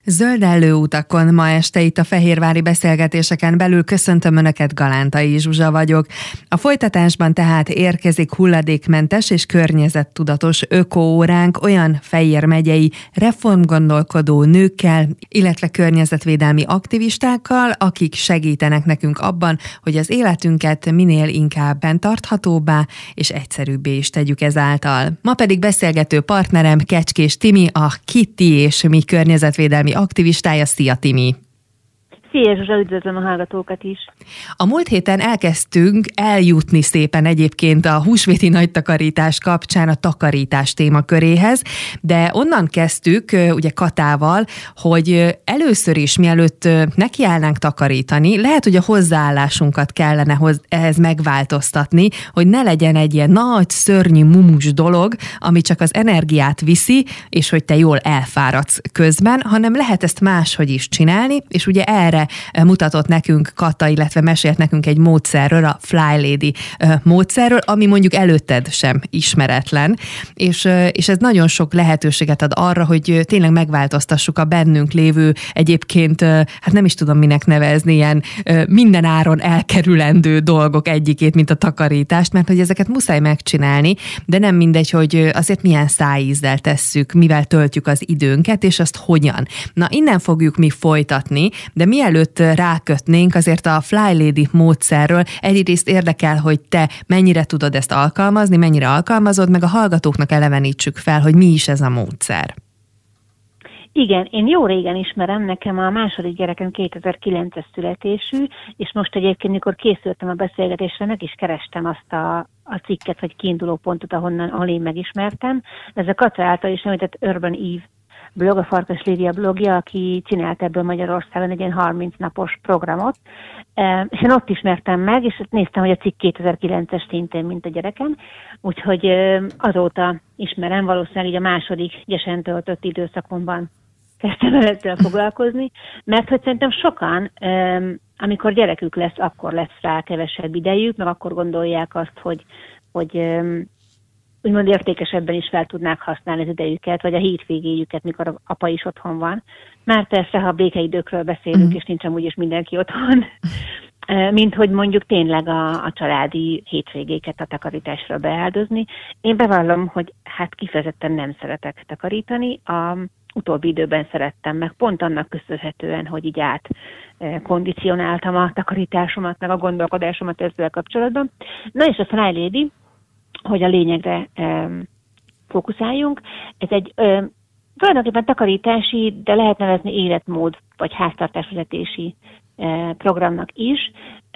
Zöldellő utakon ma este itt a fehérvári beszélgetéseken belül köszöntöm Önöket, Galántai Zsuzsa vagyok. A folytatásban tehát érkezik hulladékmentes és környezettudatos ökoóránk olyan Fejér megyei reformgondolkodó nőkkel, illetve környezetvédelmi aktivistákkal, akik segítenek nekünk abban, hogy az életünket minél inkább tarthatóbbá és egyszerűbbé is tegyük ezáltal. Ma pedig beszélgető partnerem Kecskés Timi, a Kitty és mi környezetvédelmi aktivistája. Szia, Timi! Szia, Zsuzsa, üdvözlöm a hallgatókat is! A múlt héten elkezdtünk eljutni szépen egyébként a húsvéti nagytakarítás kapcsán a takarítás témaköréhez, de onnan kezdtük, ugye Katával, hogy először is, mielőtt nekiállnánk takarítani, lehet, hogy a hozzáállásunkat kellene ehhez megváltoztatni, hogy ne legyen egy ilyen nagy, szörnyű, mumus dolog, ami csak az energiát viszi, és hogy te jól elfáradsz közben, hanem lehet ezt máshogy is csinálni, és ugye erre mutatott nekünk Kata, illetve mesélt nekünk egy módszerről, a Fly Lady módszerről, ami mondjuk előtted sem ismeretlen, és ez nagyon sok lehetőséget ad arra, hogy tényleg megváltoztassuk a bennünk lévő egyébként, hát nem is tudom minek nevezni, ilyen minden áron elkerülendő dolgok egyikét, mint a takarítást, mert hogy ezeket muszáj megcsinálni, de nem mindegy, hogy azért milyen szájízzel tesszük, mivel töltjük az időnket, és azt hogyan. Na, innen fogjuk mi folytatni, de mielőtt rákötnénk azért a Fly Lady módszerről, egyrészt érdekel, hogy te mennyire tudod ezt alkalmazni, mennyire alkalmazod, meg a hallgatóknak elevenítsük fel, hogy mi is ez a módszer. Igen, én jó régen ismerem, nekem a második gyerekem 2009-es születésű, és most egyébként, mikor készültem a beszélgetésre, meg is kerestem azt a cikket, vagy kiinduló pontot, ahol én megismertem. Ez a Kata által is említett Urban Eve blog, a Farkas Lívia blogja, aki csinált ebből Magyarországon egy ilyen 30 napos programot, és én ott ismertem meg, és néztem, hogy a cikk 2009-es szintén, mint a gyerekem, úgyhogy azóta ismerem, valószínűleg így a második gyesen töltött időszakomban kezdtem ezzel foglalkozni, mert hogy szerintem sokan, amikor gyerekük lesz, akkor lesz rá kevesebb idejük, meg akkor gondolják azt, hogy úgymond értékesebben is fel tudnák használni az idejüket, vagy a hétvégéjüket, mikor apa is otthon van. Már persze, ha a békeidőkről beszélünk, és nincs amúgy is mindenki otthon, mint hogy mondjuk tényleg a családi hétvégéket a takarításra beáldozni. Én bevallom, hogy hát kifejezetten nem szeretek takarítani, utóbbi időben szerettem meg, pont annak köszönhetően, hogy így kondicionáltam a takarításomat, meg a gondolkodásomat ezzel kapcsolatban. Na és a Fly Lady, hogy a lényegre fókuszáljunk. Ez egy tulajdonképpen takarítási, de lehet nevezni életmód vagy háztartásvezetési programnak is.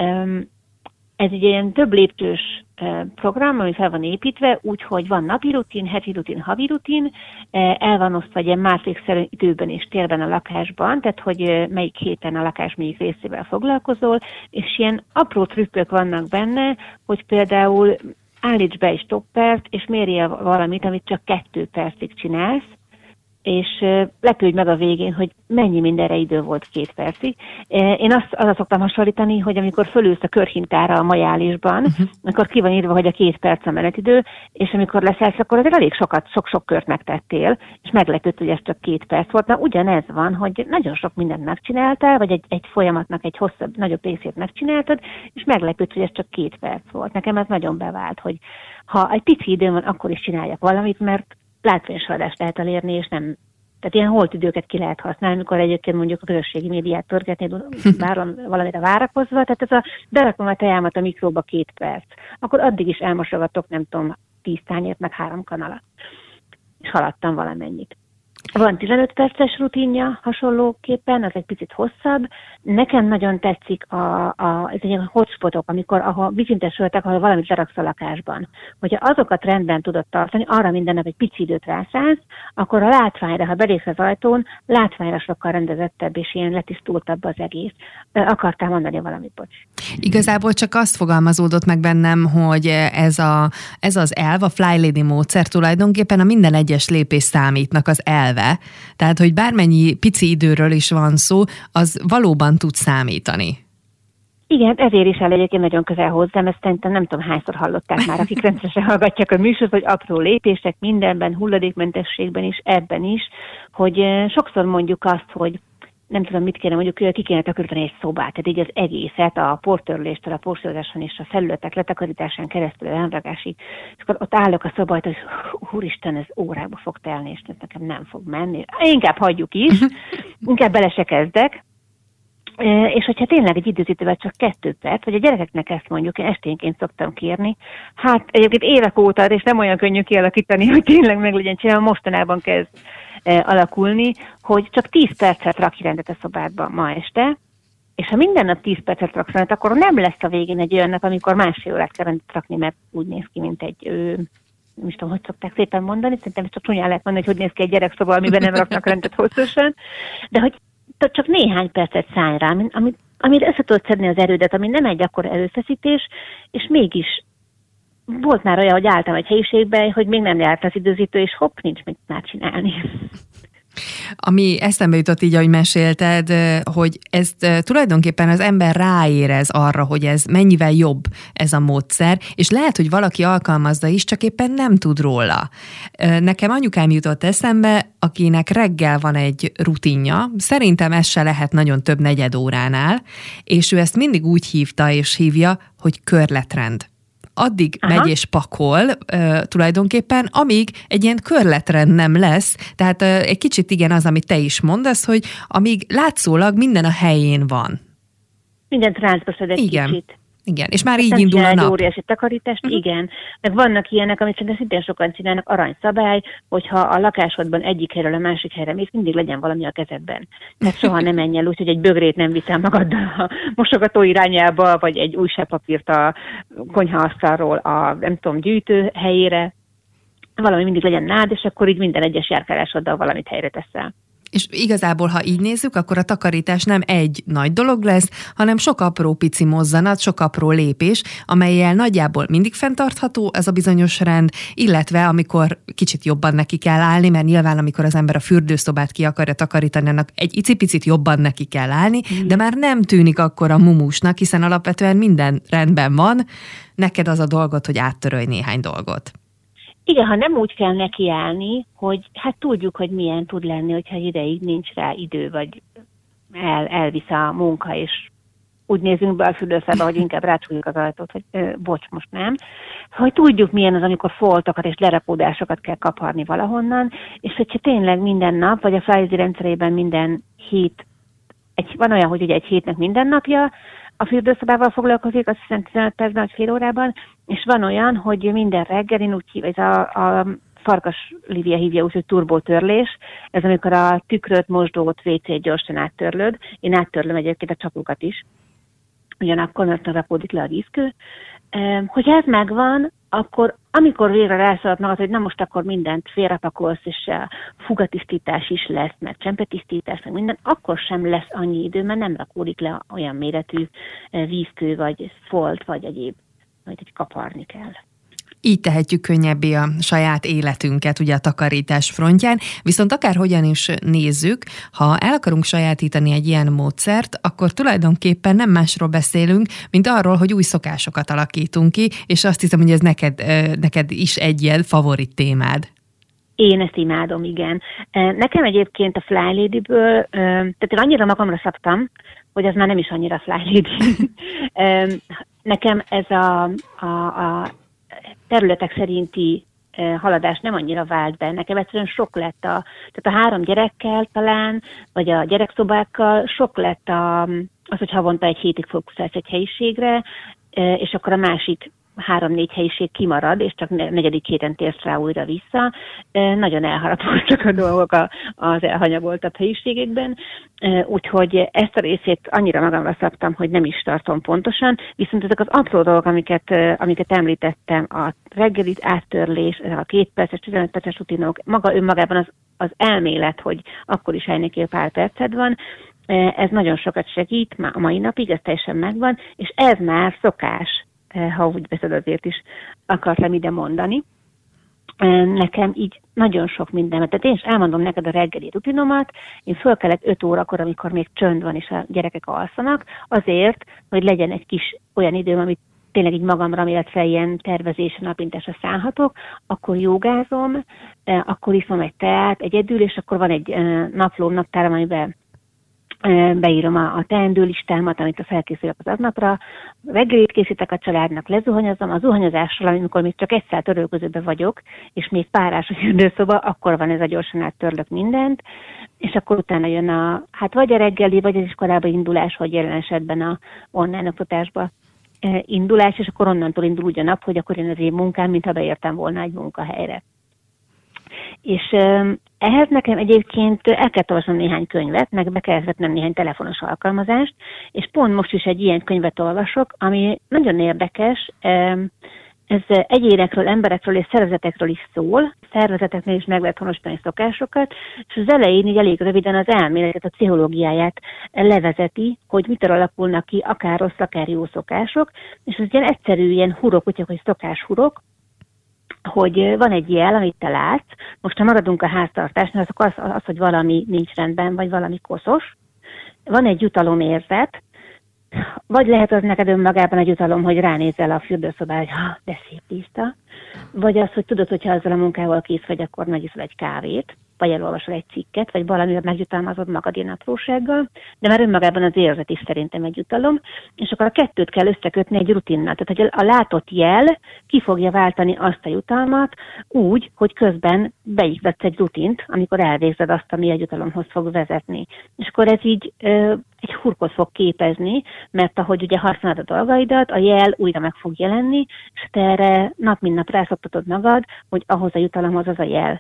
Ez egy ilyen több lépcsős program, ami fel van építve, úgyhogy van napi rutin, heti rutin, havi rutin, el van osztva egy ilyen mátrixszerű időben és térben a lakásban, tehát hogy melyik héten a lakás melyik részével foglalkozol, és ilyen apró trükkök vannak benne, hogy például állíts be egy stoppert, és mérjél valamit, amit csak 2 percig csinálsz, és lepődj meg a végén, hogy mennyi mindenre idő volt 2 percig. Én azt szoktam hasonlítani, hogy amikor fölülsz a körhintára a majálisban, akkor ki van írva, hogy a 2 perc a menetidő, és amikor leszállsz, akkor azért elég sok kört megtettél, és meglepődsz, hogy ez csak 2 perc volt. Na ugyanez van, hogy nagyon sok mindent megcsináltál, vagy egy folyamatnak egy hosszabb, nagyobb részét megcsináltad, és meglepődsz, hogy ez csak 2 perc volt. Nekem ez nagyon bevált, hogy ha egy pici időm van, akkor is csináljak valamit, mert látványshaladást lehet elérni, és nem. Tehát ilyen holt időket ki lehet használni, amikor egyébként mondjuk a közösségi médiát pörgetni, valamire várakozva. Tehát ez a berakom a tejámat a mikróba 2 perc. Akkor addig is elmosogatok, nem tudom, 10 tányért, meg 3 kanalat. És haladtam valamennyit. Van 15 perces rutinja hasonlóképpen, az egy picit hosszabb. Nekem nagyon tetszik ez egy hotspotok, ahol vízszintes voltak, ahol valamit leraksz a lakásban. Hogyha azokat rendben tudod tartani, arra minden nap egy pici időt rászánsz, akkor a látványra, ha belépsz az ajtón, látványra sokkal rendezettebb és ilyen letisztultabb az egész. Akartál mondani valamit, bocs. Igazából csak azt fogalmazódott meg bennem, hogy ez az elv, a Fly Lady módszer tulajdonképpen a minden egyes lépés számítnak az elve. Tehát, hogy bármennyi pici időről is van szó, az valóban tud számítani. Igen, ezért is áll egyébként nagyon közel hozzám, ezt szerintem nem tudom hányszor hallották már, akik rendszeresen hallgatják a műsort, hogy apró lépések mindenben, hulladékmentességben is, ebben is, hogy sokszor mondjuk azt, hogy nem tudom, mit kéne mondjuk, ki kéne takarítani egy szobát, tehát így az egészet, a portörléstől, a porszózáson és a felületek letakarításán keresztül, a elrakásig, és akkor ott állok a szobát, hogy úristen, ez órákba fog telni, és nekem nem fog menni. Inkább hagyjuk is, inkább bele se kezdek. És hogyha tényleg egy időzítővel csak 2 perc, vagy a gyerekeknek ezt mondjuk, én esténként szoktam kérni, hát egyébként évek óta, és nem olyan könnyű kialakítani, hogy tényleg meg legyen csinálva, mostanában kezd alakulni, hogy csak 10 percet rakj rendet a szobádba ma este, és ha minden nap 10 percet raksz rendet, akkor nem lesz a végén egy olyan nap, amikor másfél órát kell rendet rakni, mert úgy néz ki, mint egy nem is tudom, hogy szokták szépen mondani, szerintem csak csúnyán lehet mondani, hogy néz ki egy gyerekszoba, amiben nem raknak rendet hosszasan, de hogy csak néhány percet szállj rá, amire össze tudod szedni az erődet, ami nem egy akkora erőfeszítés, és mégis volt már olyan, hogy álltam egy helyiségben, hogy még nem járt az időzítő, és hopp, nincs mit már csinálni. Ami eszembe jutott így, ahogy mesélted, hogy ezt tulajdonképpen az ember ráérez arra, hogy ez mennyivel jobb ez a módszer, és lehet, hogy valaki alkalmazza is, csak éppen nem tud róla. Nekem anyukám jutott eszembe, akinek reggel van egy rutinja, szerintem ez se lehet nagyon több negyedóránál, és ő ezt mindig úgy hívta és hívja, hogy körletrend. Addig megy és pakol tulajdonképpen, amíg egy ilyen körletrend nem lesz. Tehát egy kicsit igen az, amit te is mondasz, hogy amíg látszólag minden a helyén van. Mindent ráncba szed egy kicsit. Igen, és már így indul a nap. Óriási takarítást, igen. Meg vannak ilyenek, amit szerintem szintén sokan csinálnak, aranyszabály, hogyha a lakásodban egyik helyről a másik helyre mész, mindig legyen valami a kezedben. Tehát soha nem menj el úgy, hogy egy bögrét nem viszel magaddal a mosogató irányába, vagy egy újságpapírt a konyhaasztalról a, nem tudom, gyűjtő helyére. Valami mindig legyen nád, és akkor így minden egyes járkálásoddal valamit helyre teszel. És igazából, ha így nézzük, akkor a takarítás nem egy nagy dolog lesz, hanem sok apró pici mozzanat, sok apró lépés, amellyel nagyjából mindig fenntartható ez a bizonyos rend, illetve amikor kicsit jobban neki kell állni, mert nyilván amikor az ember a fürdőszobát ki akarja takarítani, annak egy icipicit jobban neki kell állni, de már nem tűnik akkor a mumusnak, hiszen alapvetően minden rendben van, neked az a dolgot, hogy áttörölj néhány dolgot. Igen, ha nem úgy kell nekiállni, hogy hát tudjuk, hogy milyen tud lenni, hogyha ideig nincs rá idő, vagy elvisz a munka, és úgy nézünk be a fürdőszobába, hogy inkább rácsúljuk az ajtót, hogy bocs, most nem. Hogy tudjuk, milyen az, amikor foltokat és lerakódásokat kell kaparni valahonnan, és hogyha tényleg minden nap, vagy a Flyzy rendszerében minden hét, van olyan, hogy ugye egy hétnek minden napja, a fürdőszobával foglalkozik, azt hiszem 15 percben, vagy fél órában, és van olyan, hogy minden reggel, én úgy hív, ez a Farkas Lívia hívja úgy, hogy turbótörlés, ez amikor a tükröt, mosdót, WC-t gyorsan áttörlöd, én áttörlöm egyébként a csapokat is, ugyanakkor, mert rapódik le a vízkő. Hogy ez megvan, akkor amikor végre rászólod magad, hogy na most akkor mindent félrepakolsz, és fugatisztítás is lesz, meg csempetisztítás, meg minden, akkor sem lesz annyi idő, mert nem rakódik le olyan méretű vízkő, vagy folt, vagy egyéb, vagy egy kaparni kell. Így tehetjük könnyebbé a saját életünket, ugye a takarítás frontján, viszont akárhogyan is nézzük, ha el akarunk sajátítani egy ilyen módszert, akkor tulajdonképpen nem másról beszélünk, mint arról, hogy új szokásokat alakítunk ki, és azt hiszem, hogy ez neked is egy ilyen favorit témád. Én ezt imádom, igen. Nekem egyébként a Fly Lady-ből, tehát én annyira magamra szabtam, hogy az már nem is annyira Fly Lady. Nekem ez a területek szerinti haladás nem annyira vált be. Nekem egyszerűen sok lett tehát a 3 gyerekkel talán, vagy a gyerekszobákkal sok lett az, hogy havonta egy hétig fókuszálsz egy helyiségre, és akkor a másik 3-4 helyiség kimarad, és csak 4. héten térsz rá újra vissza. Nagyon elharapoltak a dolgok az elhanyagoltabb helyiségekben, úgyhogy ezt a részét annyira magamra szabtam, hogy nem is tartom pontosan, viszont ezek az apró dolgok, amiket említettem, a reggelit áttörlés, a 2 perces, 15 perces rutinok, maga önmagában az elmélet, hogy akkor is helynél pár perced van, ez nagyon sokat segít a mai napig, ez teljesen megvan, és ez már szokás, ha úgy veszed, azért is akartam ide mondani. nekem így nagyon sok mindenet. Tehát én is elmondom neked a reggeli rutinomat, én fölkelek 5 órakor, amikor még csönd van és a gyerekek alszanak, azért, hogy legyen egy kis olyan időm, amit tényleg így magamra, illetve ilyen tervezésre, napintásra szállhatok, akkor jogázom, akkor iszom egy teát egyedül, és akkor van egy naplóm, naptáram, amiben beírom a teendő listámat, amit felkészülök az aznapra, reggelit készítek a családnak, lezuhanyozom, a zuhanyozásról, amikor még csak egy szál törölközőben vagyok, és még párás a fürdőszoba, akkor van ez a gyorsan áttörlök mindent, és akkor utána jön vagy a reggeli, vagy az iskolába indulás, vagy jelen esetben a online oktatásba indulás, és akkor onnantól indul úgy a nap, hogy akkor jön az én munkám, mintha beértem volna egy munkahelyre. És ehhez nekem egyébként el kell olvasnom néhány könyvet, meg be kell vetnem néhány telefonos alkalmazást, és pont most is egy ilyen könyvet olvasok, ami nagyon érdekes, ez egyénekről, emberekről és szervezetekről is szól, szervezeteknél is meg lehet honosítani szokásokat, és az elején így elég röviden az elméletet, a pszichológiáját levezeti, hogy mitől alakulnak ki akár rossz, akár jó szokások, és ez ilyen egyszerű ilyen hurok, úgyhogy hogy szokáshurok, hogy van egy jel, amit te látsz, most ha maradunk a háztartásnál, az, hogy valami nincs rendben, vagy valami koszos. Van egy jutalomérzet, vagy lehet az neked önmagában egy jutalom, hogy ránézel a fürdőszobára, hogy de szép tiszta, vagy az, hogy tudod, hogyha azzal a munkával kész vagy, akkor megiszol egy kávét, vagy elolvasol egy cikket, vagy valamivel megjutalmazod magad ilyen aprósággal, de már önmagában az érzet is szerintem egy jutalom, és akkor a kettőt kell összekötni egy rutinnal. Tehát, hogy a látott jel ki fogja váltani azt a jutalmat úgy, hogy közben beiktatsz egy rutint, amikor elvégzed azt, ami a jutalomhoz fog vezetni. És akkor ez így egy hurkot fog képezni, mert ahogy ugye használod a dolgaidat, a jel újra meg fog jelenni, és te erre nap mint nap rászoktatod magad, hogy ahhoz a jutalomhoz az a jel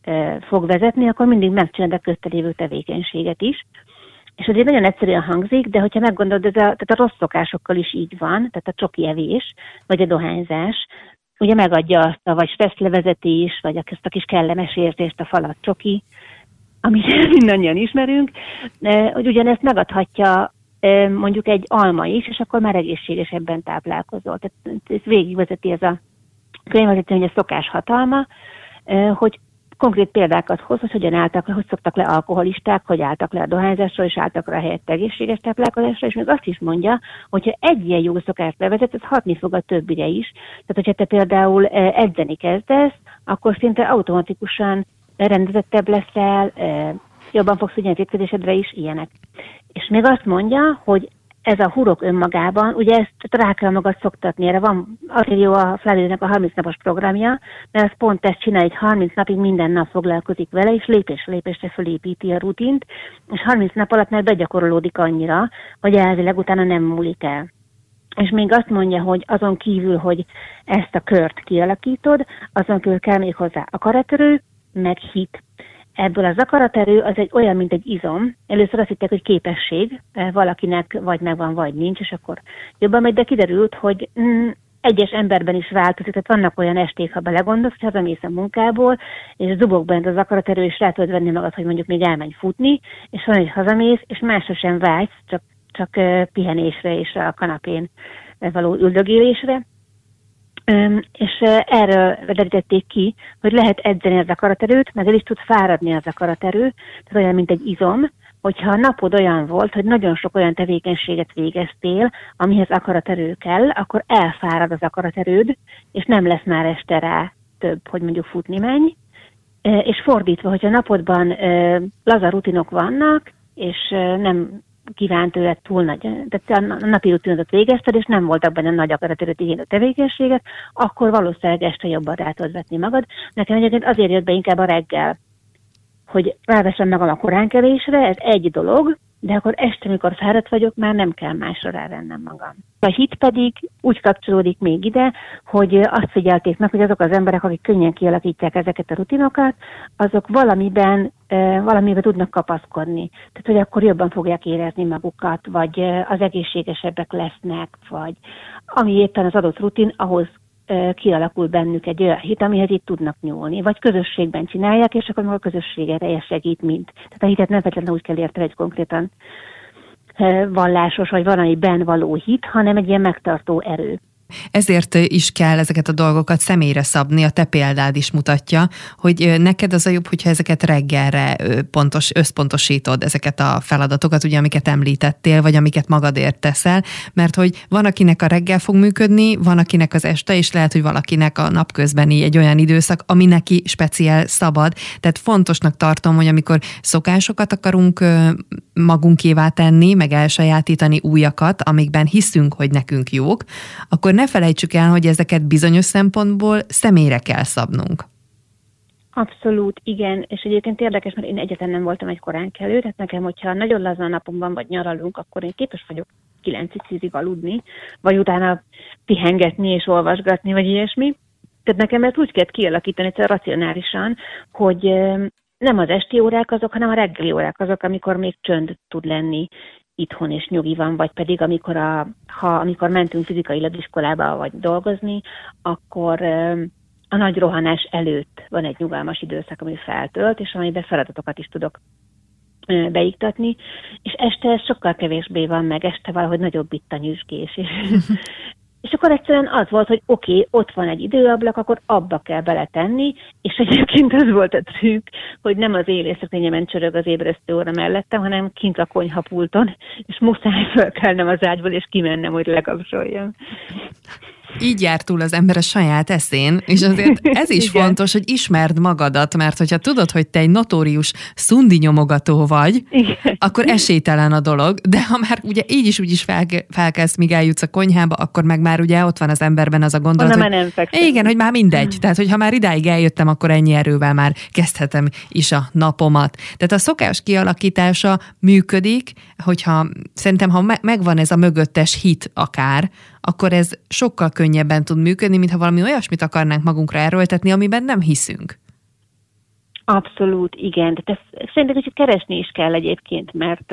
fog vezetni, akkor mindig megcsinálod a közte lévő tevékenységet is. És azért nagyon egyszerűen hangzik, de hogyha meggondolod, tehát a rossz szokásokkal is így van, tehát a csoki evés, vagy a dohányzás, ugye megadja azt vagy stresszlevezetés, vagy ezt a kis kellemes érzést, a falat csoki, amit mindannyian ismerünk, hogy ugyanezt megadhatja mondjuk egy alma is, és akkor már egészségesebben táplálkozol. Tehát ez végigvezeti ez a könyv, hogy a szokás hatalma, hogy konkrét példákat hoz, hogy szoktak le alkoholisták, hogy álltak le a dohányzásról, és álltak rá helyett egészséges táplálkozásra, és még azt is mondja, hogyha egy ilyen jó szokást bevezet, ez hatni fog a többire is. Tehát, hogyha te például edzeni kezdesz, akkor szinte automatikusan rendezettebb leszel, jobban fogsz figyelni a vétkezésedre is, ilyenek. És még azt mondja, hogy ez a hurok önmagában, ugye ezt rá kell magad szoktatni, erre van, azért jó a Flavio-nek a 30 napos programja, mert ez pont ezt csinál, hogy 30 napig minden nap foglalkozik vele, és lépésre fölépíti a rutint, és 30 nap alatt már begyakorolódik annyira, hogy elvileg utána nem múlik el. És még azt mondja, hogy azon kívül, hogy ezt a kört kialakítod, azon kívül kell még hozzá akaraterő, meg hit. Ebből az akaraterő az egy olyan, mint egy izom. Először azt hitték, hogy képesség, valakinek vagy megvan, vagy nincs, és akkor jobban megy, de kiderült, hogy egyes emberben is változik. Tehát vannak olyan esték, ha belegondolsz, hogy hazamész a munkából, és zubog bent az akaraterő, és rá tudod venni magad, hogy mondjuk még elmenj futni, és van, hogy hazamész, és másra sem vágysz, csak pihenésre és a kanapén való üldögélésre. És erről vederítették ki, hogy lehet edzeni az akaraterőt, meg el is tud fáradni az akaraterő, tehát olyan, mint egy izom, hogyha a napod olyan volt, hogy nagyon sok olyan tevékenységet végeztél, amihez akaraterő kell, akkor elfárad az akaraterőd, és nem lesz már este rá több, hogy mondjuk futni menj. És fordítva, hogyha napodban laza rutinok vannak, és nem kívánt tőled túl nagy, tehát a napi rutinodat végezted, és nem voltak benne nagy akaraterőt igénylő tevékenységek, akkor valószínűleg este jobban rá tudod vetni magad. Nekem egyébként azért jött be inkább a reggel, hogy ráveszem magam a koránkelésre, ez egy dolog, de akkor este, amikor fáradt vagyok, már nem kell másra rávennem magam. A hit pedig úgy kapcsolódik még ide, hogy azt figyelték meg, hogy azok az emberek, akik könnyen kialakítják ezeket a rutinokat, azok valamiben tudnak kapaszkodni. Tehát, hogy akkor jobban fogják érezni magukat, vagy az egészségesebbek lesznek, vagy ami éppen az adott rutin, ahhoz kialakul bennük egy olyan hit, amihez itt tudnak nyúlni. Vagy közösségben csinálják, és akkor a közösség erre segít, mint. Tehát a hitet nem feltétlenül úgy kell érteni, egy konkrétan vallásos, vagy valamiben való hit, hanem egy ilyen megtartó erő. Ezért is kell ezeket a dolgokat személyre szabni, a te példád is mutatja, hogy neked az a jobb, hogyha ezeket reggelre összpontosítod, ezeket a feladatokat, ugye, amiket említettél, vagy amiket magadért teszel, mert hogy van, akinek a reggel fog működni, van, akinek az este, és lehet, hogy valakinek a napközbeni egy olyan időszak, ami neki speciál szabad. Tehát fontosnak tartom, hogy amikor szokásokat akarunk magunkévá tenni, meg elsajátítani újakat, amikben hiszünk, hogy nekünk jók, akkor ne felejtsük el, hogy ezeket bizonyos szempontból személyre kell szabnunk. Abszolút, igen, és egyébként érdekes, mert én egyáltalán nem voltam egy koránkelő, tehát nekem, hogyha nagyon lazán napom van, vagy nyaralunk, akkor én képes vagyok 9-10-ig aludni, vagy utána pihengetni és olvasgatni, vagy ilyesmi. Tehát nekem ezt úgy kell kialakítani, racionálisan, hogy nem az esti órák azok, hanem a reggeli órák azok, amikor még csönd tud lenni itthon és nyugi van, vagy pedig amikor mentünk fizikailag iskolába vagy dolgozni, akkor a nagy rohanás előtt van egy nyugalmas időszak, ami feltölt, és amiben feladatokat is tudok beiktatni, és este ez sokkal kevésbé van meg, este valahogy nagyobb itt a nyüzsgés. És akkor egyszerűen az volt, hogy oké, ott van egy időablak, akkor abba kell beletenni, és egyébként az volt a trükk, hogy nem az élészekényemen csörög az ébresztő óra mellettem, hanem kint a konyhapulton, és muszáj fölkelnem az ágyból, és kimennem, hogy lekapcsoljam. Így jár túl az ember a saját eszén, és azért ez is fontos, hogy ismerd magadat, mert hogyha tudod, hogy te egy notórius szundinyomogató vagy, akkor esélytelen a dolog, de ha már ugye így is úgy is felkelsz, míg eljutsz a konyhába, akkor meg már ugye ott van az emberben az a gondolat, hogy igen, hogy már mindegy. Tehát, hogy ha már idáig eljöttem, akkor ennyi erővel már kezdhetem is a napomat. Tehát a szokás kialakítása működik, hogyha szerintem, ha megvan ez a mögöttes hit akár, akkor ez sokkal könnyebben tud működni, mintha valami olyasmit akarnánk magunkra erőltetni, amiben nem hiszünk. Abszolút, igen. De szerintem kicsit keresni is kell egyébként, mert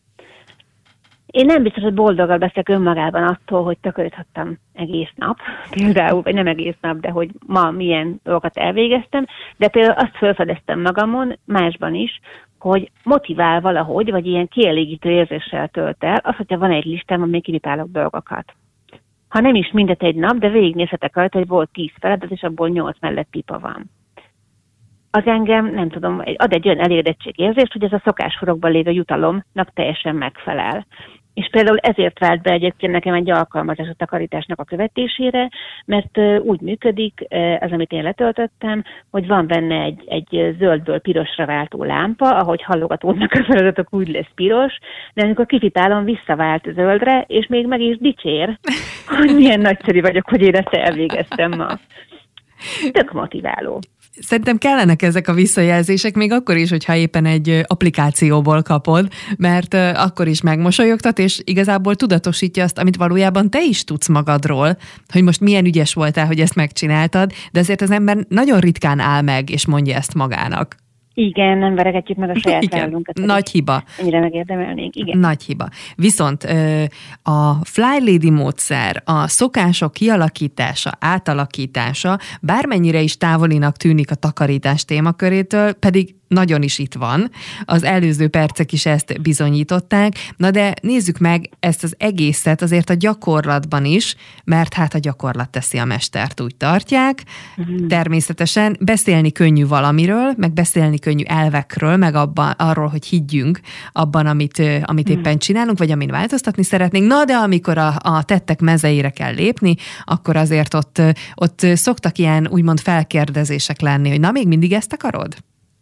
én nem biztos, hogy boldoggal beszélek önmagában attól, hogy takaríthattam egész nap, például, vagy nem egész nap, de hogy ma milyen dolgokat elvégeztem, de például azt felfedeztem magamon, másban is, hogy motivál valahogy, vagy ilyen kielégítő érzéssel tölt el, az, hogyha van egy listám, amin kivitálok dolgokat. Ha nem is mindet egy nap, de végignézhetek rajta, hogy volt 10 feladat, és abból 8 mellett pipa van. Az engem, nem tudom, ad egy olyan elégedettségérzést, hogy ez a szokáshorokban lévő jutalomnak teljesen megfelel. És például ezért vált be egyébként nekem egy alkalmazás a takarításnak a követésére, mert úgy működik, az, amit én letöltöttem, hogy van benne egy zöldből pirosra váltó lámpa, ahogy hallogatódnak a feladatok, úgy lesz piros, de amikor kivitálom, visszavált zöldre, és még meg is dicsér, hogy milyen nagyszerű vagyok, hogy én ezt elvégeztem ma. Tök motiváló. Szerintem kellenek ezek a visszajelzések, még akkor is, hogyha éppen egy applikációból kapod, mert akkor is megmosolyogtat, és igazából tudatosítja azt, amit valójában te is tudsz magadról, hogy most milyen ügyes voltál, hogy ezt megcsináltad, de azért az ember nagyon ritkán áll meg, és mondja ezt magának. Igen, nem veregetjük meg a saját vállunkat. Nagy hiba. Ennyire megérdemelnénk, igen. Nagy hiba. Viszont a Fly Lady módszer, a szokások kialakítása, átalakítása, bármennyire is távolinak tűnik a takarítás témakörétől, pedig nagyon is itt van. Az előző percek is ezt bizonyították. Na de nézzük meg ezt az egészet azért a gyakorlatban is, mert hát a gyakorlat teszi a mestert, úgy tartják. Természetesen beszélni könnyű valamiről, meg beszélni könnyű elvekről, meg arról, hogy higgyünk abban, amit éppen csinálunk, vagy amin változtatni szeretnénk. Na de amikor a tettek mezeire kell lépni, akkor azért ott szoktak ilyen úgymond felkérdezések lenni, hogy na még mindig ezt akarod?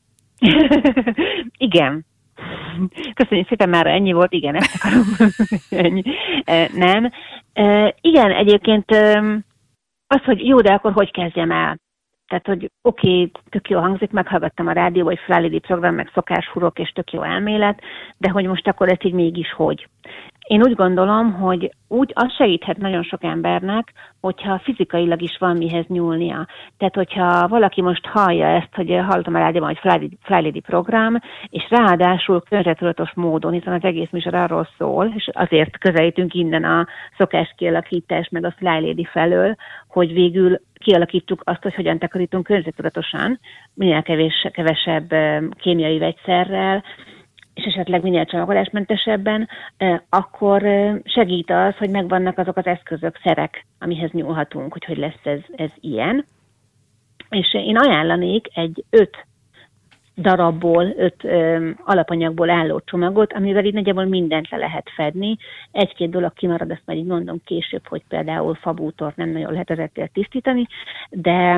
Igen. Köszönjük szépen, már ennyi volt, igen, ezt akarom. Ennyi. Nem. Igen, egyébként az, hogy jó, de akkor hogy kezdjem el? Tehát, hogy oké, tök jó hangzik, meghallgattam a rádió, vagy Fly Lady program, meg szokáshurok, és tök jó elmélet, de hogy most akkor ezt így mégis hogy? Én úgy gondolom, hogy úgy az segíthet nagyon sok embernek, hogyha fizikailag is van mihez nyúlnia. Tehát, hogyha valaki most hallja ezt, hogy hallottam a rádióban, hogy Fly Lady program, és ráadásul környezettudatos módon, hiszen az egész műsor arról szól, és azért közelítünk innen a szokás kialakítás, meg a Fly Lady felől, hogy végül kialakítsuk azt, hogy hogyan takarítunk környezettudatosan, minél kevesebb kémiai vegyszerrel, és esetleg minél csomagolásmentesebben, akkor segít az, hogy megvannak azok az eszközök, szerek, amihez nyúlhatunk, hogy lesz ez ilyen. És én ajánlanék egy 5 darabból, 5 alapanyagból álló csomagot, amivel így nagyjából mindent le lehet fedni. 1-2 dolog kimarad, ezt majd így mondom később, hogy például fabútort nem nagyon lehet ezekkel tisztítani, de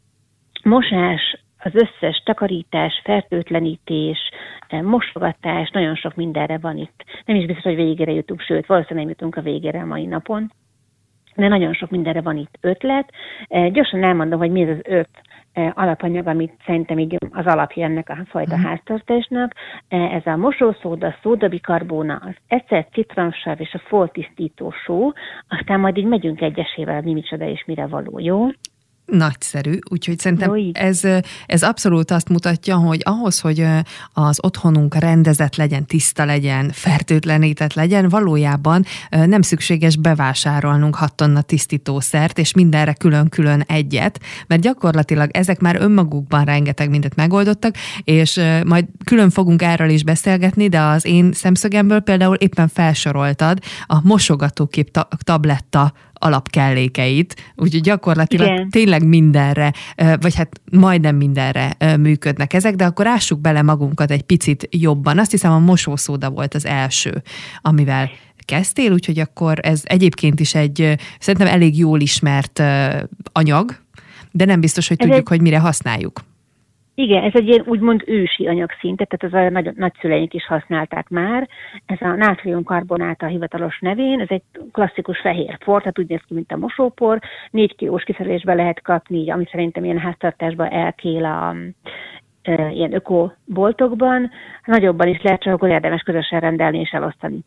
mosás, az összes takarítás, fertőtlenítés, mosogatás, nagyon sok mindenre van itt. Nem is biztos, hogy végére jutunk, sőt, valószínűleg nem jutunk a végére a mai napon, de nagyon sok mindenre van itt ötlet. Gyorsan elmondom, hogy mi ez az 5 alapanyag, amit szerintem így az alapja ennek a fajta háztartásnak. Ez a mosószóda, szódabikarbóna, az ecet, citromsav és a foltisztító só, aztán majd így megyünk egyesével, mi micsoda és mire való, jó? Nagyszerű, úgyhogy szerintem ez abszolút azt mutatja, hogy ahhoz, hogy az otthonunk rendezett legyen, tiszta legyen, fertőtlenített legyen, valójában nem szükséges bevásárolnunk 6 tonna tisztítószert, és mindenre külön-külön egyet, mert gyakorlatilag ezek már önmagukban rengeteg mindent megoldottak, és majd külön fogunk erről is beszélgetni, de az én szemszögemből például éppen felsoroltad a mosogatókép tabletta alapkellékeit, úgyhogy gyakorlatilag tényleg mindenre, vagy hát majdnem mindenre működnek ezek, de akkor ássuk bele magunkat egy picit jobban. Azt hiszem, a mosószóda volt az első, amivel kezdtél, úgyhogy akkor ez egyébként is egy szerintem elég jól ismert anyag, de nem biztos, hogy tudjuk, hogy mire használjuk. Igen, ez egy ilyen úgymond ősi anyagszint, tehát az a nagyszüleink is használták már. Ez a nátriumkarbonát a hivatalos nevén, ez egy klasszikus fehér por, tehát úgy néz ki, mint a mosópor. 4 kilós kiszerelésbe lehet kapni, ami szerintem ilyen háztartásban elkél a ilyen ökoboltokban. Nagyobban is lehet, csak akkor érdemes közösen rendelni és elosztani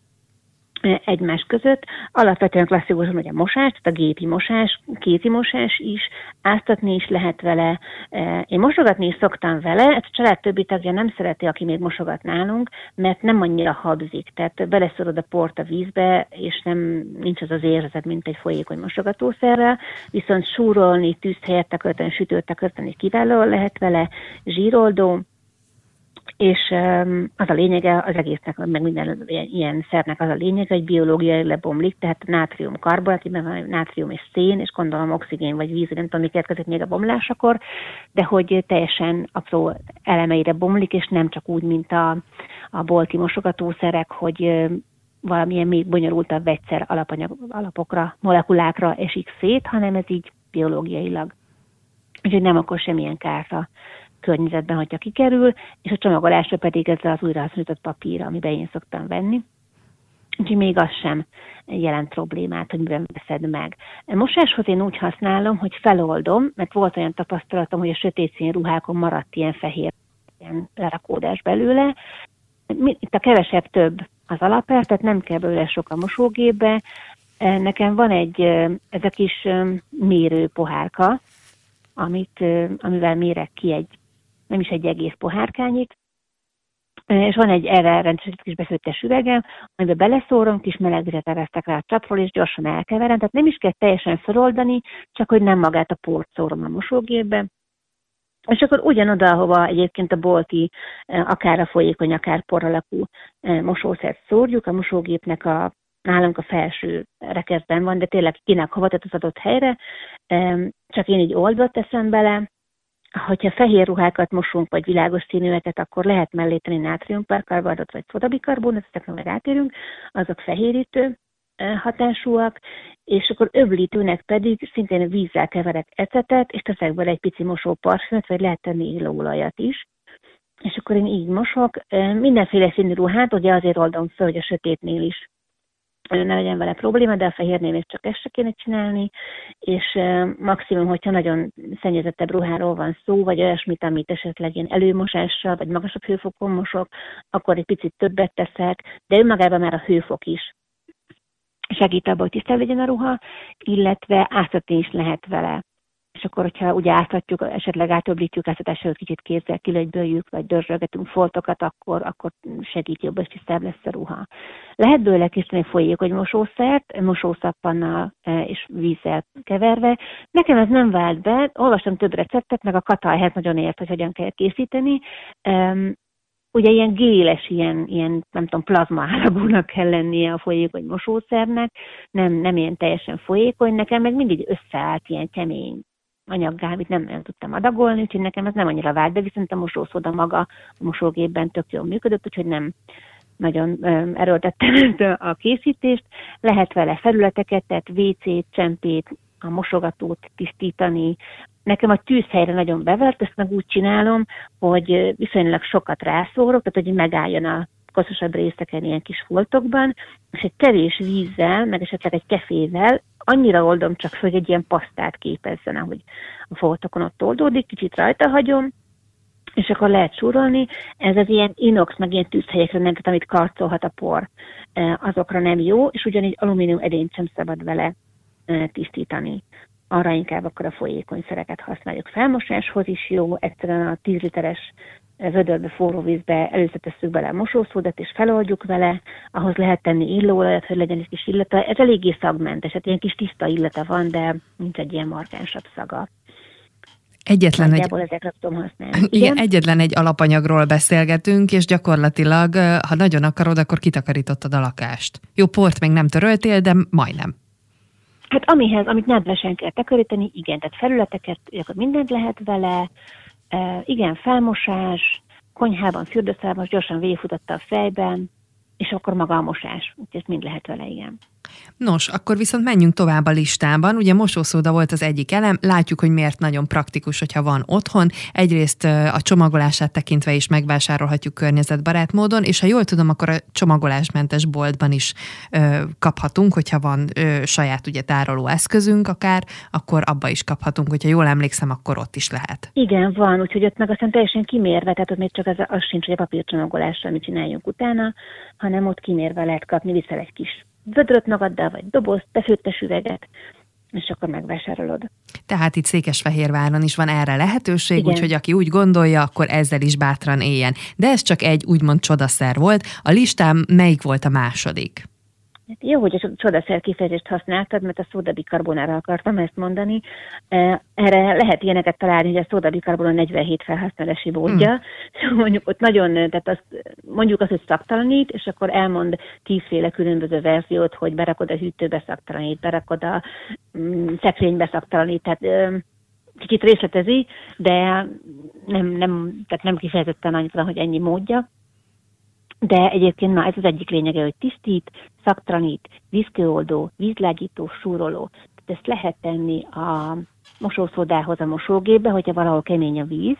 egymás között. Alapvetően klasszikusan ugye mosás, tehát a gépi mosás, kézi mosás is, áztatni is lehet vele. Én mosogatni is szoktam vele, ez a család többi tagja nem szereti, aki még mosogat nálunk, mert nem annyira habzik, tehát beleszorod a port a vízbe, és nincs az az érzet, mint egy folyékony mosogatószerrel, viszont súrolni, tűzt helyett takarítani, sütőt takarítani kiválóan lehet vele, zsíroldó, és az a lényege az egésznek, meg minden ilyen szernek az a lényege, hogy biológiai lebomlik, tehát nátrium-karbonát, amiben van nátrium és szén, és gondolom oxigén vagy víz, nem tudom, mi következik még a bomlásakor, de hogy teljesen apró elemeire bomlik, és nem csak úgy, mint a bolti mosogatószerek, hogy valamilyen még bonyolultabb vegyszer alapokra, molekulákra esik szét, hanem ez így biológiailag. Úgyhogy nem okoz semmilyen kárt a környezetben, hogyha kikerül, és a csomagolásra pedig ez az újrahasznosított papír, amiben én szoktam venni. Úgyhogy még az sem jelent problémát, hogy miben veszed meg. Mosáshoz én úgy használom, hogy feloldom, mert volt olyan tapasztalatom, hogy a sötét szín ruhákon maradt ilyen fehér ilyen lerakódás belőle. Itt a kevesebb több az alapelv, tehát nem kell belőle sok a mosógépbe. Nekem van ez a kis mérő pohárka, amivel mérek ki nem is egy egész pohárkányit, és van egy erre rendszerűen kis befőttes üvegem, amiben beleszórom, kis meleg vizet eresztek rá a csapról, és gyorsan elkeverem, tehát nem is kell teljesen feloldani, csak hogy nem magát a port szórom a mosógépbe. És akkor ugyanoda, ahova egyébként a bolti, akár a folyékony, akár por alakú mosószert szórjuk, a mosógépnek nálunk a felső rekeszben van, de tényleg kinek hova, tehát az adott helyre, csak én így oldva teszem bele. Hogyha fehér ruhákat mosunk, vagy világos színűeket, akkor lehet mellé tenni nátriumperkarbonát, vagy szodabikarbonát, ezekre majd rátérünk, azok fehérítő hatásúak, és akkor öblítőnek pedig szintén vízzel keverek ecetet, és teszek bele egy pici mosóparfümöt, vagy lehet tenni illóolajat is. És akkor én így mosok. Mindenféle színű ruhát, ugye azért oldom fel, hogy a sötétnél is ne legyen vele probléma, de a fehérnél még csak ezt se kéne csinálni, és maximum, hogyha nagyon szennyezettebb ruháról van szó, vagy olyasmit, amit esetleg ilyen előmosással, vagy magasabb hőfokon mosok, akkor egy picit többet teszek, de önmagában már a hőfok is segít abban, hogy tisztább legyen a ruha, illetve áztatni is lehet vele. És akkor, hogyha ugye áztatjuk, esetleg átöblítjük, áztatás előtt kicsit kézzel kilögyböljük, vagy dörzsölgetünk foltokat, akkor segít jobb, és tisztább lesz a ruha. Lehet belőle készíteni folyékony mosószert, mosószappannal és vízzel keverve. Nekem ez nem vált be, olvastam több receptet, meg a Kata ehhez nagyon ért, hogy hogyan kell készíteni. ugye ilyen géles, ilyen nem tudom, plazma állagúnak kell lennie a folyékony mosószernek, nem ilyen teljesen folyékony, nekem meg mindig összeállt ilyen kemény anyaggá, amit nem tudtam adagolni, úgyhogy nekem ez nem annyira vált, de viszont a mosószoda maga a mosógépben tök jól működött, úgyhogy nem nagyon erőltettem a készítést. Lehet vele felületeket, tehát WC-t, csempét, a mosogatót tisztítani. Nekem a tűzhelyre nagyon bevert, ezt meg úgy csinálom, hogy viszonylag sokat rászórok, tehát hogy megálljon a koszosabb részeken ilyen kis foltokban, és egy kevés vízzel, meg esetleg egy kefével annyira oldom csak fel, hogy egy ilyen pasztát képezzen, ahogy a foltokon ott oldódik, kicsit rajta hagyom, és akkor lehet súrolni. Ez az ilyen inox, meg ilyen tűzhelyekre nem, amit karcolhat a por, azokra nem jó, és ugyanígy alumínium edényt sem szabad vele tisztítani. Arra inkább akkor a folyékony szereket használjuk. Felmosáshoz is jó, egyszerűen a 10 literes vödörbe, forró vízbe először tesszük bele a mosószódát, és feloldjuk vele, ahhoz lehet tenni illóolajat, hogy legyen egy kis illata. Ez eléggé szagmentes, hát ilyen kis tiszta illata van, de nincs egy ilyen markánsabb szaga. Ezekre tudom használni. Igen, egyetlen egy alapanyagról beszélgetünk, és gyakorlatilag, ha nagyon akarod, akkor kitakarítottad a lakást. Jó, port még nem töröltél, de majdnem. Hát amit nedvesen kell takarítani, igen, tehát felületeket, akkor mindent lehet vele, igen, felmosás, konyhában, fürdőszobában, gyorsan végigfutotta a fejben, és akkor maga a mosás, úgyhogy ezt mind lehet vele, igen. Nos, akkor viszont menjünk tovább a listában. Ugye mosószóda volt az egyik elem, látjuk, hogy miért nagyon praktikus, hogyha van otthon. Egyrészt a csomagolását tekintve is megvásárolhatjuk környezetbarát módon, és ha jól tudom, akkor a csomagolásmentes boltban is kaphatunk, hogyha van saját ugye tároló eszközünk akár, akkor abba is kaphatunk, hogyha jól emlékszem, akkor ott is lehet. Igen, van, úgyhogy ott meg aztán teljesen kimérve, tehát ott még csak az sincs, hogy a papírcsomagolással mit csináljunk utána, hanem ott kimérve lehet kapni, viszel egy kis vödröt magaddal, vagy dobozt, befőttes üveget, és akkor megvásárolod. Tehát itt Székesfehérváron is van erre lehetőség, úgyhogy aki úgy gondolja, akkor ezzel is bátran éljen. De ez csak egy úgymond csodaszer volt. A listám melyik volt a második? Jó, hogy a csodaszer kifejezést használtad, mert a szódabikarbonárra akartam ezt mondani. Erre lehet ilyeneket találni, hogy a szódabikarbonár 47 felhasználási módja. Mondjuk ott nagyon, tehát mondjuk azt, hogy szaktalanít, és akkor elmond 10 féle különböző verziót, hogy berakod a hűtőbe szaktalanít, berakod a szekrénybe szaktalanít, tehát kicsit részletezi, de nem kifejezetten annyit van, hogy ennyi módja. De egyébként ez az egyik lényege, hogy tisztít, szaktalanít, vízkőoldó, vízlágyító, súroló. Tehát ezt lehet tenni a mosószódához a mosógépbe, hogyha valahol kemény a víz.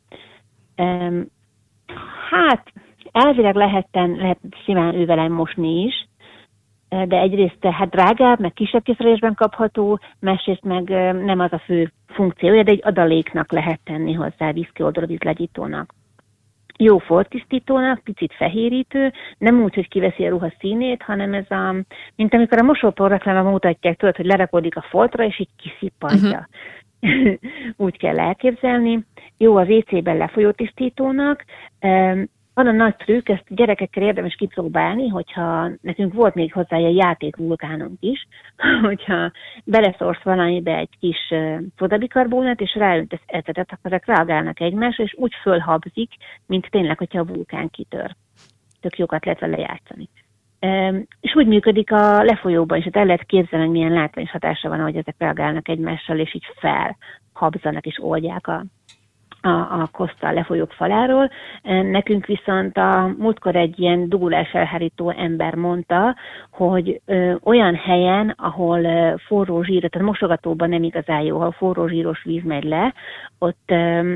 Hát elvileg lehet simán ővelem mosni is, de egyrészt hát drágább, meg kisebb készülésben kapható, másrészt meg nem az a fő funkciója, de egy adaléknak lehet tenni hozzá, vízkőoldó, vízlágyítónak. Jó folttisztítónak, picit fehérítő, nem úgy, hogy kiveszi a ruha színét, hanem ez mint amikor a mosópor reklámban mutatják, tudod, hogy lerakódik a foltra, és így kiszippantja. Úgy kell elképzelni. Jó a WC-ben lefolyó tisztítónak. Van a nagy trükk, ezt gyerekekkel érdemes kipróbálni, hogyha nekünk volt még hozzá egy játékvulkánunk is, hogyha beleszórsz valamibe egy kis szódabikarbonát, és ráöntesz ecetet, akkor ezek reagálnak egymásra, és úgy fölhabzik, mint tényleg, hogyha a vulkán kitör. Tök jókat lehet vele játszani. És úgy működik a lefolyóban is, hát el lehet képzelni, milyen látványos hatása van, hogy ezek reagálnak egymással, és így felhabzanak és oldják a kosztal lefolyók faláról. Nekünk viszont a múltkor egy ilyen dugulás elhárító ember mondta, hogy olyan helyen, ahol forró zsír, tehát mosogatóban nem igazán jó, ha forró zsíros víz megy le, ott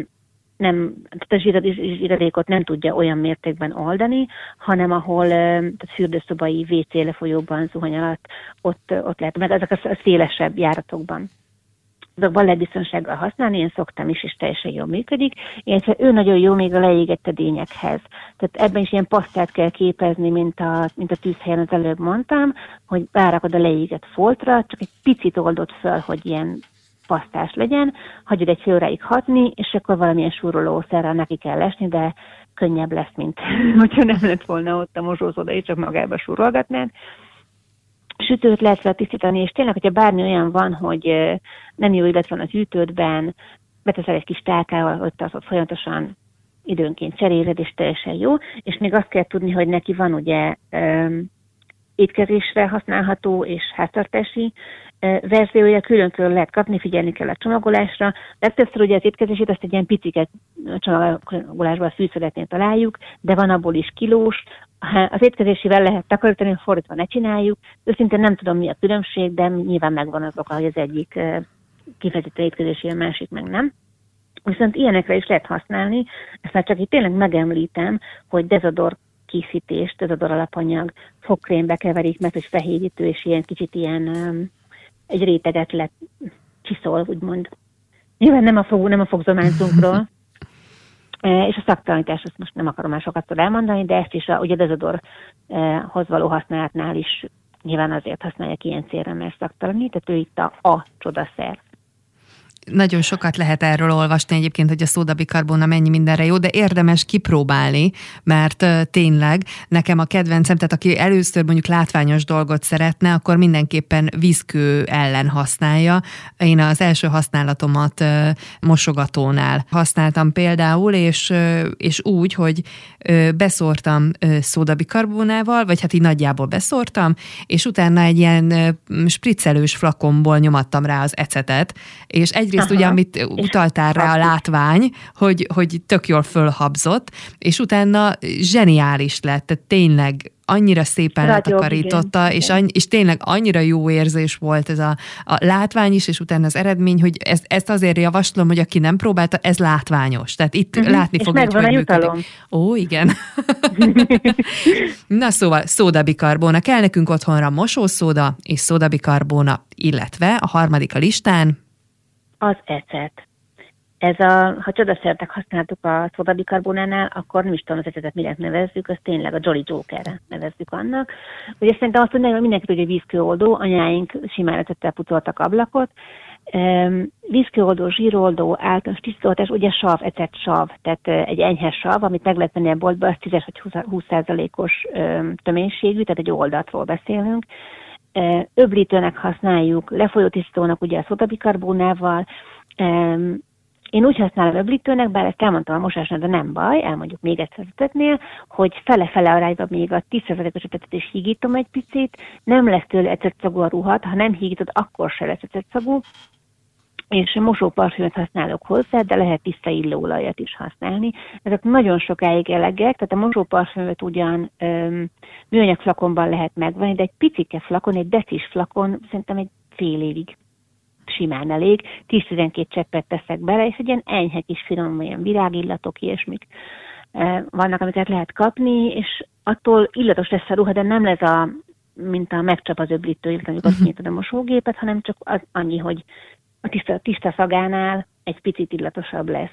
tehát a zsíradékot nem tudja olyan mértékben oldani, hanem ahol tehát fürdőszobai WC lefolyóban, zuhany alatt, ott lehet, meg ezek a szélesebb járatokban. Azokban lehet biztonsággal használni, én szoktam is, és teljesen jól működik, illetve ő nagyon jó még a leégett edényekhez. Tehát ebben is ilyen pasztát kell képezni, mint a tűzhelyen az előbb mondtam, hogy rárakod a leégett foltra, csak egy picit oldod föl, hogy ilyen pasztás legyen, hagyod egy fél óráig hatni, és akkor valamilyen súrolószerrel neki kell esni, de könnyebb lesz, mint hogyha nem lett volna ott a mosószóda, és csak magába súrolgatnád. Sütőt lehet fel tisztítani, és tényleg, hogyha bármi olyan van, hogy nem jó illet van a hűtődben, beteszel egy kis tálkával, ott az ott folyamatosan időnként cseréled, és teljesen jó, és még azt kell tudni, hogy neki van ugye étkezésre használható és háztartási verziója, külön-külön lehet kapni, figyelni kell a csomagolásra. Legtöbbször ugye az étkezését azt egy ilyen piciket csomagolásban fűszöletnél találjuk, de van abból is kilós. Az étkezésével lehet takarítani, fordítva ne csináljuk. Őszintén nem tudom, mi a különbség, de nyilván megvan az oka, hogy az egyik kifejezetten étkezési, a másik meg nem. Viszont ilyenekre is lehet használni, ezt már csak itt tényleg megemlítem, hogy dezodor készítést, dezodor alapanyag, fogkrémbe keverik, mert hogy fehérítő, és ilyen kicsit ilyen egy réteget csiszol, úgymond. Nyilván nem a fogzománcsunkról, és a szaktalanítást azt most nem akarom már sokat elmondani, de ezt is ugye a dezodorhoz való használatnál is nyilván azért használják ilyen célra, mert szaktalanít, tehát ő itt a csodaszer. Nagyon sokat lehet erről olvasni egyébként, hogy a szódabikarbóna mennyi mindenre jó, de érdemes kipróbálni, mert tényleg nekem a kedvencem, tehát aki először mondjuk látványos dolgot szeretne, akkor mindenképpen vízkő ellen használja. Én az első használatomat mosogatónál használtam például, és úgy, hogy beszórtam szódabikarbónával, vagy hát így nagyjából beszórtam, és utána egy ilyen spriccelős flakonból nyomattam rá az ecetet, és egyrészt ugye, amit utaltál rá a látvány, hogy tök jól fölhabzott, és utána zseniális lett, tehát tényleg annyira szépen letakarította, és tényleg annyira jó érzés volt ez a látvány is, és utána az eredmény, hogy ezt azért javaslom, hogy aki nem próbálta, ez látványos. Tehát itt látni fogja, hogy működik. Ó, igen. Na szóval, szódabikarbóna. Kell nekünk otthonra mosószóda és szódabikarbóna, illetve a harmadik a listán, az ecet. Ha csodaszertek használtuk a szódabikarbónánál, akkor nem is tudom az ecetet minek nevezzük, azt tényleg a Jolly Jokerre nevezzük annak. Ugye szerintem azt mondani, hogy mindenki tudja, hogy vízkőoldó, anyáink simán ecettel pucoltak ablakot. Vízkőoldó, zsíroldó, általános tisztoltás, ugye sav, ecet sav, tehát egy enyhe sav, amit meg lehet venni a boltba, az 10 vagy 20%-os töménységű, tehát egy oldatról beszélünk. Öblítőnek használjuk, lefolyó tisztítónak ugye a szódabikarbónával. Én úgy használom öblítőnek, bár ezt elmondtam a mosásnál, de nem baj, elmondjuk még egyszer az etetnél, hogy fele-fele arányban még a 10%-os etetet is hígítom egy picit, nem lesz tőle ecetszagú a ruhat, ha nem hígítod, akkor se lesz ecetszagú, és mosóparfümöt használok hozzá, de lehet tiszta illóolajat is használni. Ezek nagyon sokáig elegek, tehát a mosóparfümöt ugyan műanyag flakonban lehet megvenni, de egy picike flakon, egy decis flakon szerintem egy fél évig simán elég. 10-12 cseppet teszek bele, és egy ilyen enyhe kis finom, olyan virágillatok, ilyesmik vannak, amiket lehet kapni, és attól illatos lesz a ruha, de nem lesz mint a megcsap az öblítő, illetve amikor kinyitod a mosógépet, hanem csak az annyi, hogy a tiszta szagánál egy picit illatosabb lesz.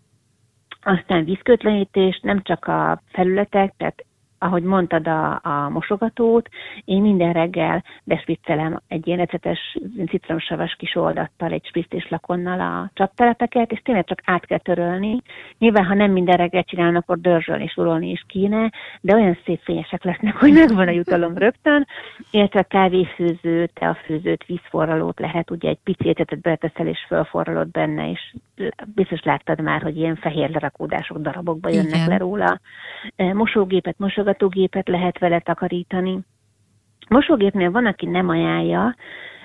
Aztán vízkötlenítés, nem csak a felületek, tehát ahogy mondtad a mosogatót, én minden reggel bespriccelem egy ilyen ecetes, citromsavas kis oldattal, egy spriccés lakonnal a csaptelepeket, és tényleg csak át kell törölni. Nyilván, ha nem minden reggel csinálnak, akkor dörzsölni és urolni is kéne, de olyan szép fényesek lesznek, hogy megvan a jutalom rögtön, illetve kávéfőzőt, teafőzőt, vízforralót lehet, ugye egy pici ecetet beleteszel és fölforralod benne, és biztos láttad már, hogy ilyen fehér lerakódások darabokba jönnek le róla. Mosógépet, mosogatógépet lehet vele takarítani. Mosógépnél van, aki nem ajánlja,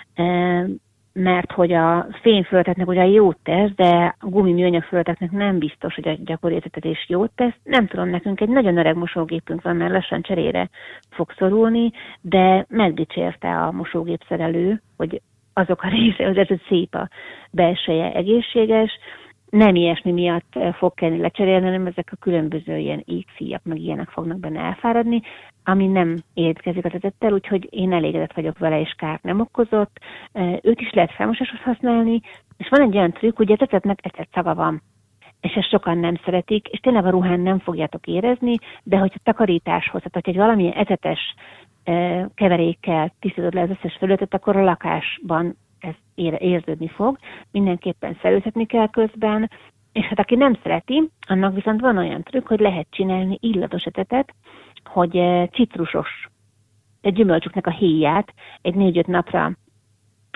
mert hogy a fényfölötteknek ugye jót tesz, de a gumiműanyag fölötteknek nem biztos, hogy a gyakori ecetetés jót tesz. Nem tudom, nekünk egy nagyon öreg mosógépünk van, mert lassan cserére fog szorulni, de megdicsérte a mosógépszerelő, hogy azok a része, hogy ez szép a belseje, egészséges, nem ilyesmi miatt fog kellni lecserélni, hanem ezek a különböző ilyen égszíjak, meg ilyenek fognak benne elfáradni, ami nem érkezik az ecettel, úgyhogy én elégedett vagyok vele, és kárt nem okozott. Őt is lehet felmosáshoz használni, és van egy olyan trükk, hogy az ecetnek ecet szaga van, és ezt sokan nem szeretik, és tényleg a ruhán nem fogjátok érezni, de hogyha takarításhoz, tehát hogy valamilyen ecetes keverékkel tisztítod le az összes felületet, akkor a lakásban ez érződni fog. Mindenképpen szerőzhetni kell közben, és hát aki nem szereti, annak viszont van olyan trükk, hogy lehet csinálni illatos ecetet, hogy citrusos, egy gyümölcsüknek a héját egy 4-5 napra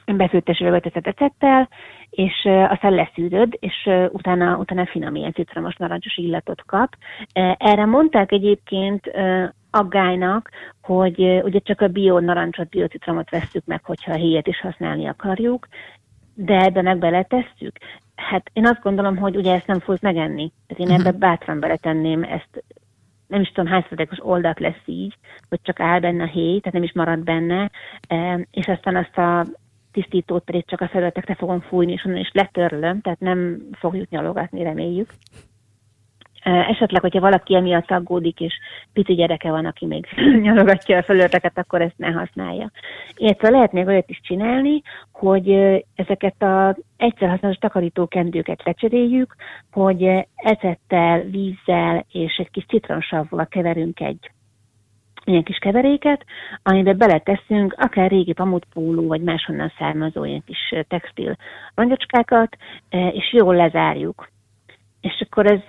befőttes üvegbe ecettel, és aztán leszűröd, és utána finom ilyen citromos narancsos illatot kap. Erre mondták egyébként aggálynak, hogy ugye csak a bio narancsot, biocitromot vesszük meg, hogyha a héjat is használni akarjuk, de ebbe meg beletesszük. Hát én azt gondolom, hogy ugye ezt nem fogjuk megenni. Tehát én ebbe bátran beletenném ezt, nem is tudom, hányszor oldalt lesz így, hogy csak áll benne a héj, tehát nem is marad benne, és aztán azt a tisztítót pedig csak a felületekre fogom fújni, és onnan is letörlöm, tehát nem fogjuk nyalogatni, reméljük. Esetleg, hogyha valaki emiatt aggódik, és pici gyereke van, aki még nyalogatja a felületeket, akkor ezt ne használja. Illetve lehet még olyat is csinálni, hogy ezeket az egyszerhasználatos takarítókendőket lecseréljük, hogy ecettel, vízzel és egy kis citromsavval keverünk egy ilyen kis keveréket, amiben beleteszünk akár régi pamutpóló, vagy máshonnan származó ilyen kis textil rongyocskákat, és jól lezárjuk. És akkor ez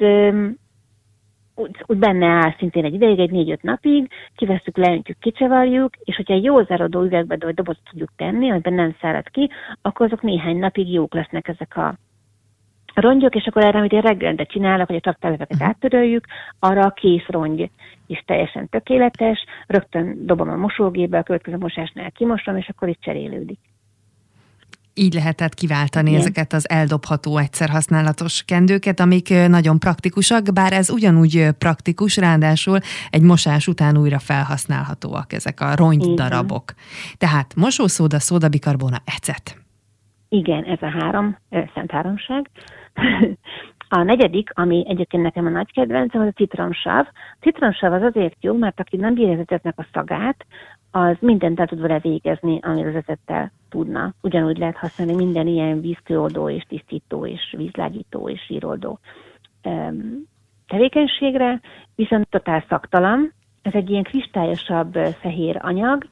úgy benne áll szintén egy ideig, egy 4-5 napig, kivesszük, leöntjük, kicsavarjuk, és hogyha egy jó zárodó üvegbe vagy dobozba tudjuk tenni, amiben nem szárad ki, akkor azok néhány napig jók lesznek ezek a rongyok, és akkor erre, amit én reggelente csinálok, hogy a taktálöveket áttöröljük, arra a kész rongy is teljesen tökéletes, rögtön dobom a mosógépbe, a következő mosásnál kimosom, és akkor itt cserélődik. Így lehetett kiváltani ezeket az eldobható egyszerhasználatos kendőket, amik nagyon praktikusak, bár ez ugyanúgy praktikus, ráadásul egy mosás után újra felhasználhatóak ezek a rongydarabok. Tehát mosószóda, szódabikarbóna, ecet. Igen, ez a 3 szent háromság. A negyedik, ami egyébként nekem a nagy kedvencem, az a citromsav. A citromsav az azért jó, mert aki nem bírja az ecetnek a szagát, az mindent el tud vele végezni, amit az ecettel tudna. Ugyanúgy lehet használni minden ilyen vízkőoldó és tisztító és vízlágyító és zsíroldó tevékenységre, viszont totál szagtalan. Ez egy ilyen kristályosabb fehér anyag.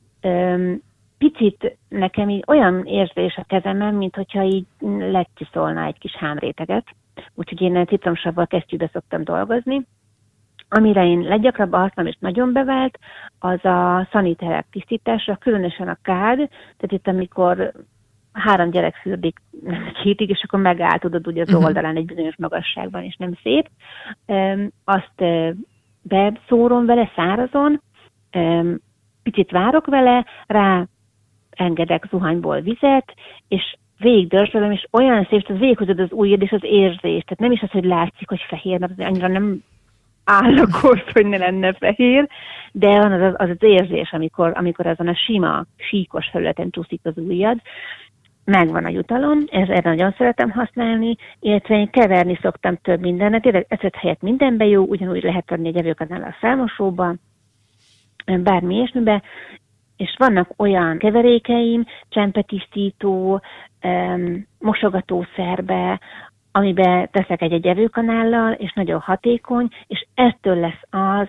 Picit nekem így olyan érzés a kezemen, mint hogyha így lecsiszolna egy kis hámréteget. Úgyhogy én citromsavval kesztyűbe szoktam dolgozni. Amire én leggyakrabban használom, és nagyon bevált, az a szaniterek tisztítása, különösen a kád, tehát itt amikor 3 gyerek fürdik 2 hétig, és akkor megáll, tudod, ugye az oldalán egy bizonyos magasságban, és nem szép. Azt beszórom vele szárazon, picit várok vele, rá engedek zuhanyból vizet, és végigdörzsölöm, és olyan szép, hogy végighúzod az ujjad és az érzést. Tehát nem is az, hogy látszik, hogy fehér, mert annyira nem állakos, hogy ne lenne fehér, de van az érzés, amikor azon a sima, síkos felületen csúszik az ujjad. Megvan a jutalom, erre nagyon szeretem használni, illetve én keverni szoktam több mindenet, tényleg ecet helyett mindenbe jó, ugyanúgy lehet adni egy evőkanál a felmosóba, bármi ilyesmibe, és vannak olyan keverékeim, csempetisztító, mosogatószerbe, amiben teszek egy evőkanállal, és nagyon hatékony, és ettől lesz az,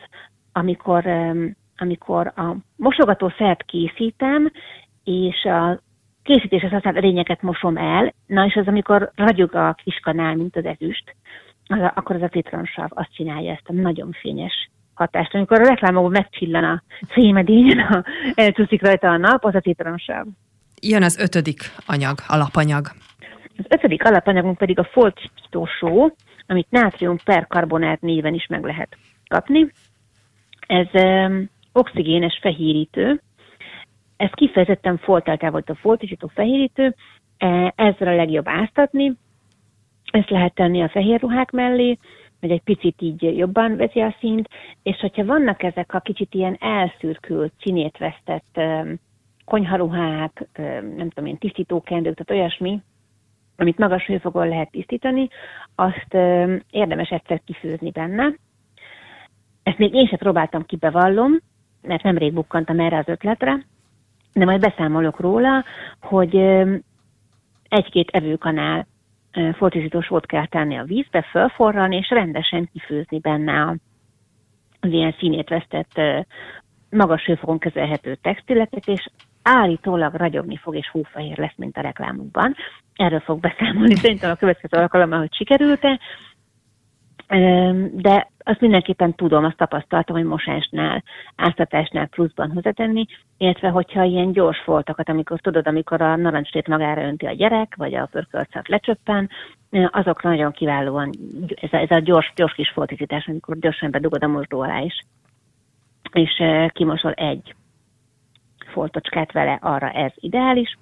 amikor a mosogatószert készítem, és a készítéshez használt rényeket mosom el, na és az, amikor ragyog a kiskanál, mint az ezüst, akkor az a citromsav azt csinálja, ezt a nagyon fényes hatást. Amikor a reklámokban megcsillan a fémedényen, elcsúszik rajta a nap, az a citromsav. Jön az 5. anyag, alapanyag. Az 5. alapanyagunk pedig a folttisztító, amit nátrium-perkarbonát néven is meg lehet kapni. Ez oxigénes fehérítő. Ez kifejezetten foltáltá volt a folttisztító fehérítő. Ezzel a legjobb áztatni. Ezt lehet tenni a fehér ruhák mellé, vagy egy picit így jobban veszi a színt, és hogyha vannak ezek a kicsit ilyen elszürkült, színét vesztett konyharuhák, nem tudom én, tisztítókendők, tehát olyasmi, amit magas hőfokon lehet tisztítani, azt érdemes egyszer kifőzni benne. Ezt még én sem próbáltam ki, bevallom, mert nemrég bukkantam erre az ötletre, de majd beszámolok róla, hogy 1-2 evőkanál folttisztítós volt kell tenni a vízbe, fölforralni, és rendesen kifőzni benne az ilyen színét vesztett, magas hőfokon kezelhető textileket, és állítólag ragyogni fog, és hófehér lesz, mint a reklámokban. Erről fog beszámolni szerintem a következő alkalommal, hogy sikerült-e. De azt mindenképpen tudom, azt tapasztaltam, hogy mosásnál, áztatásnál pluszban hozzátenni, illetve hogyha ilyen gyors foltokat, amikor a narancslét magára önti a gyerek, vagy a pörköltszak lecsöppen, azokra nagyon kiválóan, ez a gyors kis foltizítás, amikor gyorsan bedugod a mosdó alá is, és kimosol egy foltocskát vele, arra ez ideális.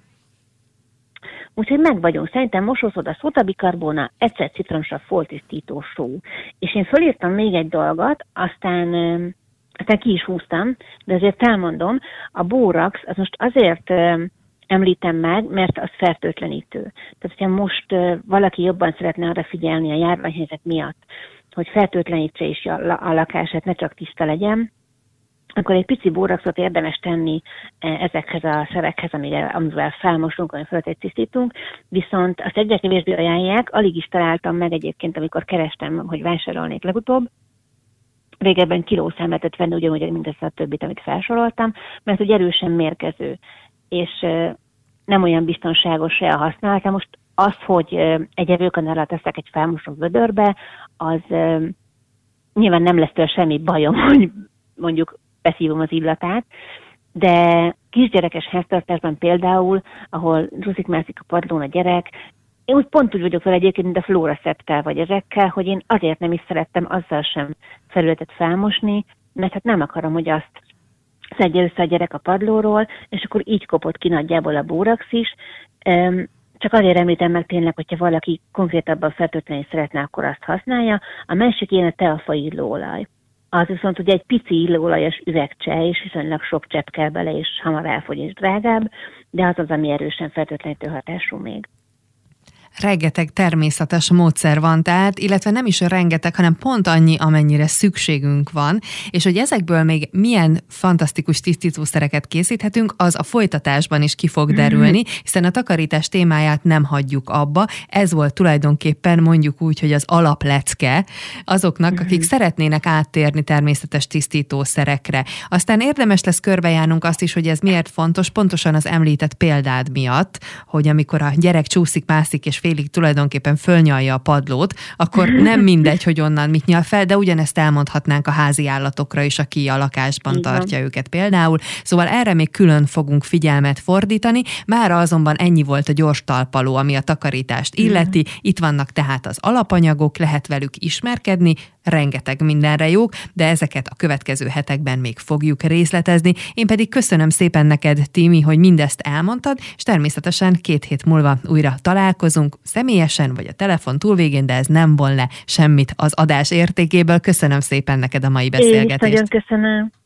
Úgyhogy meg vagyunk. Szerintem mosószoda, szótabikarbóna, egyszer citromsav, foltisztító só. És én fölírtam még egy dolgot, aztán ki is húztam, de azért elmondom, a bórax, az most azért említem meg, mert az fertőtlenítő. Tehát, hogyha most valaki jobban szeretne arra figyelni a járványhelyzet miatt, hogy fertőtlenítse is a lakását, ne csak tiszta legyen, akkor egy pici bóraxot érdemes tenni ezekhez a szerekhez, amivel felmosunk, amivel földet tisztítunk, viszont azt egyre kevésbé ajánlják, alig is találtam meg egyébként, amikor kerestem, hogy vásárolnék legutóbb. Régebben kilószám lehetett venni, ugyanúgy, mint ezt a többit, amit felsoroltam, mert hogy erősen mérgező, és nem olyan biztonságos se a használata. Most az, hogy egy evőkanálra teszek egy felmosó vödörbe, az nyilván nem lesz tőle semmi bajom, hogy mondjuk beszívom az illatát, de kisgyerekes háztartásban például, ahol csúszik-mászik a padlón a gyerek, én úgy pont úgy vagyok vele egyébként, mint a Florasepttel vagy ezekkel, hogy én azért nem is szerettem azzal sem felületet felmosni, mert hát nem akarom, hogy azt szedje össze a gyerek a padlóról, és akkor így kopott ki nagyjából a bórax is. Csak azért említem meg tényleg, hogyha valaki konkrétabban fertőtlenül szeretne, akkor azt használja. A másik ilyen a teafa illóolaj. Az viszont ugye egy pici illóolajos üvegcsej, és viszonylag sok csepp kell bele, és hamar elfogy és drágább, de az az, ami erősen fertőtlenítő hatású még. Rengeteg természetes módszer van tehát, illetve nem is rengeteg, hanem pont annyi, amennyire szükségünk van, és hogy ezekből még milyen fantasztikus tisztítószereket készíthetünk, az a folytatásban is ki fog derülni, hiszen a takarítás témáját nem hagyjuk abba. Ez volt tulajdonképpen mondjuk úgy, hogy az alaplecke azoknak, akik szeretnének áttérni természetes tisztítószerekre. Aztán érdemes lesz körbejárnunk azt is, hogy ez miért fontos, pontosan az említett példád miatt, hogy amikor a gyerek csúszik-mászik és félig tulajdonképpen fölnyalja a padlót, akkor nem mindegy, hogy onnan mit nyal fel, de ugyanezt elmondhatnánk a házi állatokra is, aki a lakásban tartja őket például. Szóval erre még külön fogunk figyelmet fordítani, mára azonban ennyi volt a gyors talpaló, ami a takarítást illeti. Itt vannak tehát az alapanyagok, lehet velük ismerkedni, rengeteg mindenre jók, de ezeket a következő hetekben még fogjuk részletezni. Én pedig köszönöm szépen neked, Tími, hogy mindezt elmondtad, és természetesen 2 hét múlva újra találkozunk, személyesen vagy a telefon túlvégén, de ez nem von le semmit az adás értékéből. Köszönöm szépen neked a mai beszélgetést. Én is nagyon köszönöm.